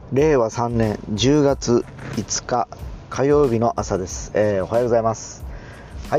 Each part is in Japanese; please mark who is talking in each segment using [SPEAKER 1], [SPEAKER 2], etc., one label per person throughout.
[SPEAKER 1] 令和3年10月5日火曜日の朝です。おはようございます。はい、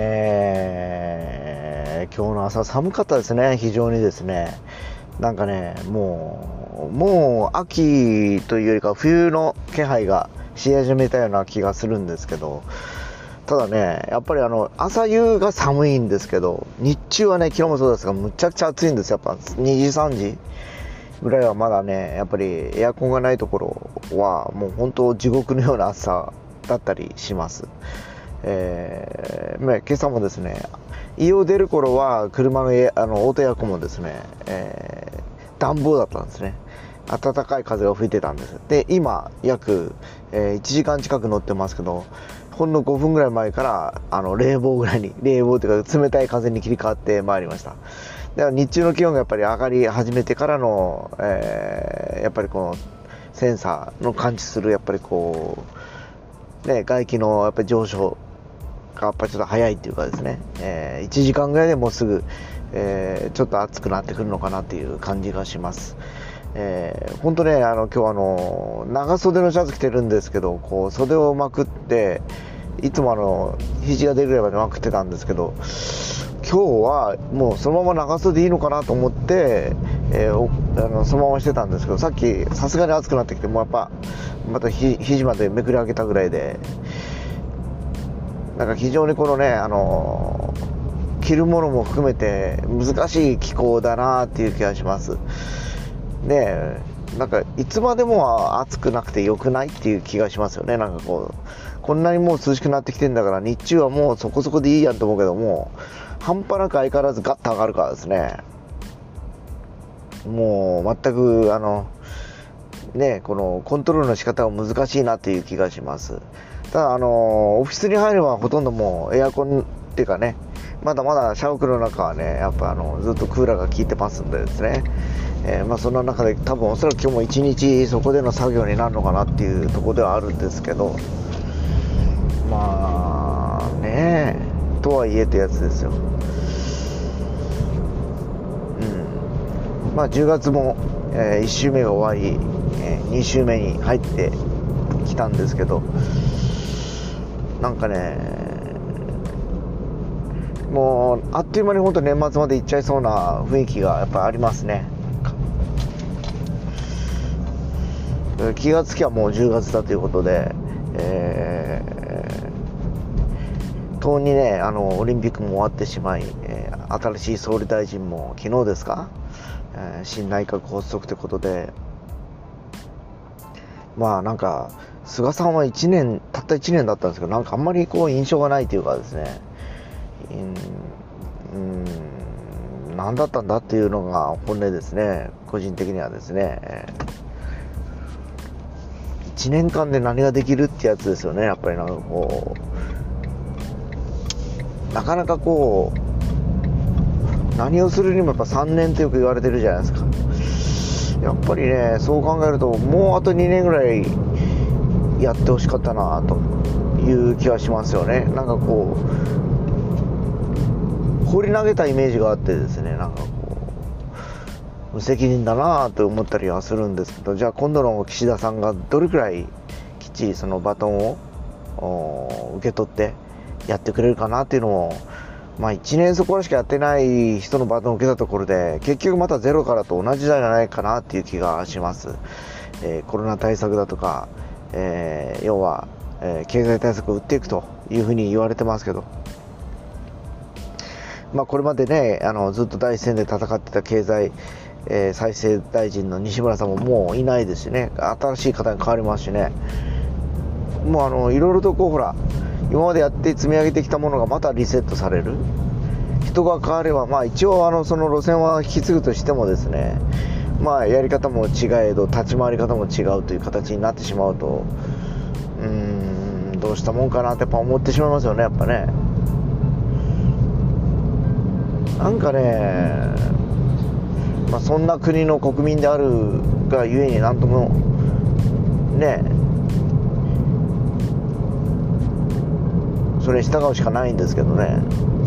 [SPEAKER 1] 今日の朝寒かったですね。非常にですね、なんかね、もう秋というよりか冬の気配がし始めたような気がするんですけど、ただね、やっぱり朝夕が寒いんですけど、日中はね、昨日もそうですが、むちゃくちゃ暑いんですよ。やっぱ2時3時ぐらいはまだね、やっぱりエアコンがないところはもう本当地獄のような暑さだったりします。今朝もですね、家を出る頃は車のオートエアコンもですね、暖房だったんですね。暖かい風が吹いてたんです。で、今約、1時間近く乗ってますけど、ほんの5分ぐらい前から冷房というか冷たい風に切り替わってまいりました。では日中の気温がやっぱり上がり始めてからの、やっぱりこのセンサーの感知するやっぱりこうね、外気のやっぱり上昇がやっぱりちょっと早いっていうかですね、1時間ぐらいでもうすぐ、ちょっと暑くなってくるのかなっていう感じがします。本当ね、今日長袖のシャツ着てるんですけど、こう袖をまくって、いつも肘が出るぐらいまでまくってたんですけど、今日はもうそのまま長袖でいいのかなと思って、そのまましてたんですけど、さっきさすがに暑くなってきて、もうやっぱまた肘までめくり上げたぐらいで、なんか非常にこのね、着るものも含めて難しい気候だなっていう気がします。で、なんかいつまでも暑くなくてよくないっていう気がしますよね。なんかこんなにもう涼しくなってきてんだから、日中はもうそこそこでいいやんと思うけども、半端なく相変わらずガッと上がるからですね、もう全くこのコントロールの仕方が難しいなっていう気がします。ただオフィスに入ればほとんどもうエアコンっていうかね、まだまだ社屋の中はね、やっぱずっとクーラーが効いてますんでですね、その中で多分おそらく今日も一日そこでの作業になるのかなっていうところではあるんですけど、まあねとはいえってやつですよ。10月も、1週目が終わり、2週目に入ってきたんですけど、なんかね、もうあっという間に本当年末まで行っちゃいそうな雰囲気がやっぱありますね。気がつきはもう10月だということで、とうにね、オリンピックも終わってしまい、新しい総理大臣も昨日ですか、新内閣発足ということで、なんか菅さんはたった1年だったんですけど、なんかあんまりこう印象がないというかですね、何だったんだっていうのが本音ですね。個人的にはですね、1年間で何ができるってやつですよね。やっぱりなんかこうなかなかこう何をするにもやっぱ3年ってよく言われてるじゃないですか。やっぱりね、そう考えるともうあと2年ぐらいやってほしかったなという気はしますよね。なんかこう放り投げたイメージがあってですね、なんかこう無責任だなと思ったりはするんですけど、じゃあ今度の岸田さんがどれくらいきっちりそのバトンを受け取ってやってくれるかなっていうのも、1年そこらしかやってない人のバトンを受けたところで、結局またゼロからと同じじゃないかなっていう気がします。コロナ対策だとか、要は、経済対策を打っていくというふうに言われてますけど、これまでね、ずっと第一線で戦ってた経済、再生大臣の西村さんももういないですしね、新しい方に変わりますしね、もういろいろとこうほら今までやって積み上げてきたものがまたリセットされる。人が変われば、一応その路線は引き継ぐとしてもですね、やり方も違えど立ち回り方も違うという形になってしまうと、どうしたもんかなってやっぱ思ってしまいますよね。やっぱね、なんかね、そんな国の国民であるがゆえになんともね、それに従うしかないんですけどね。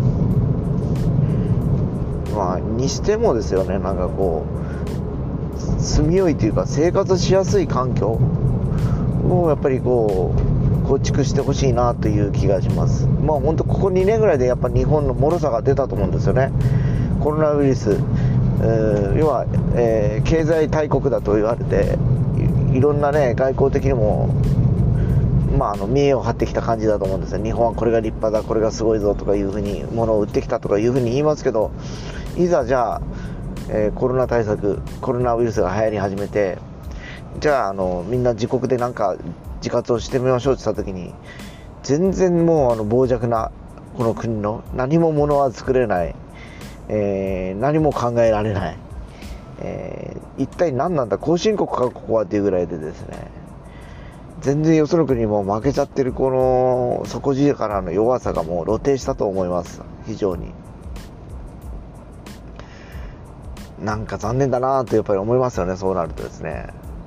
[SPEAKER 1] にしてもですよね、なんかこ住みよいというか生活しやすい環境をやっぱり構築してほしいなという気がします。本当ここ2年ぐらいでやっぱ日本の脆さが出たと思うんですよね。コロナウイルス、要は、経済大国だと言われて、いろんなね外交的にも見栄を張ってきた感じだと思うんですよ。日本はこれが立派だ、これがすごいぞとかいうふうに物を売ってきたとかいうふうに言いますけど、いざじゃあ、コロナ対策、コロナウイルスが流行り始めて、じゃあみんな自国でなんか自活をしてみましょうって言った時に、全然もう傍若なこの国の何も物は作れない、何も考えられない、一体何なんだ後進国かここはっていうぐらいでですね、全然よその国も負けちゃってるこの底力の弱さがもう露呈したと思います。非常になんか残念だなとやっぱり思いますよね。そうなるとですね、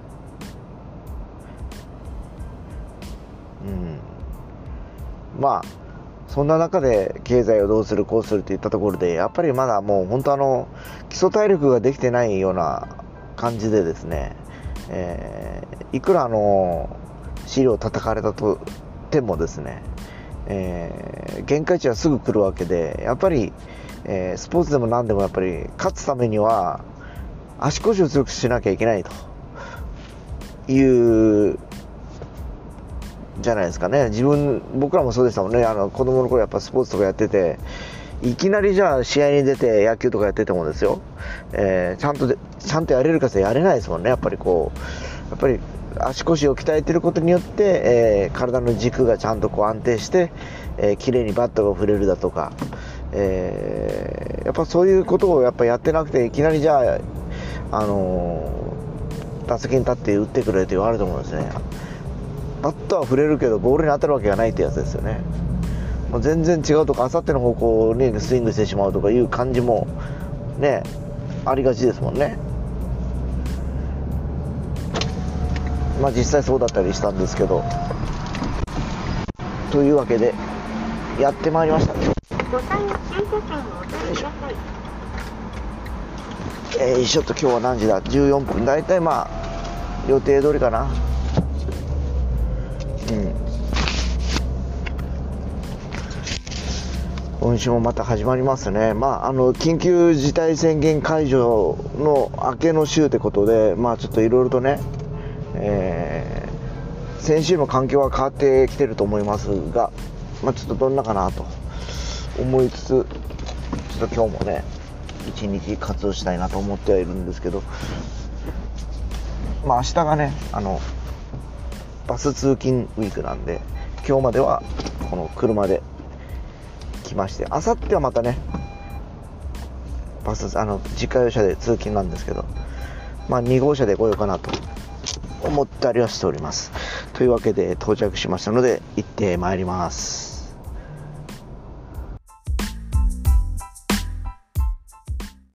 [SPEAKER 1] そんな中で経済をどうするこうするといったところで、やっぱりまだもう本当基礎体力ができてないような感じでですね、いくら資料を叩かれたとてもですね、限界値はすぐ来るわけで、やっぱり、スポーツでも何でもやっぱり勝つためには足腰を強くしなきゃいけないというじゃないですかね。僕らもそうでしたもんね。子供の頃やっぱスポーツとかやってて、いきなりじゃあ試合に出て野球とかやっててもですよ、ちゃんとやれるかつやれないですもんね。やっぱり足腰を鍛えてることによって、体の軸がちゃんと安定して、綺麗にバットが振れるだとか、やっぱそういうことをやっぱやってなくて、いきなりじゃあ、打席に立って打ってくれと言われてもですね、バットは振れるけどボールに当たるわけがないってやつですよね。もう全然違うとか、あさっての方向にスイングしてしまうとかいう感じもねありがちですもんね。実際そうだったりしたんですけど、というわけでやってまいりました。ちょっと今日は何時だ、14分、だいたい予定通りかな。今週もまた始まりますね。緊急事態宣言解除の明けの週ってことで、ちょっといろいろとね、先週の環境は変わってきてると思いますが、ちょっとどんなかなと思いつつ、ちょっと今日もね一日活動したいなと思ってはいるんですけど、明日がねバス通勤ウィークなんで、今日まではこの車で来まして、明後日はまたね自家用車で通勤なんですけど、2号車で来ようかなと思ったりはしております。というわけで到着しましたので行ってまいります。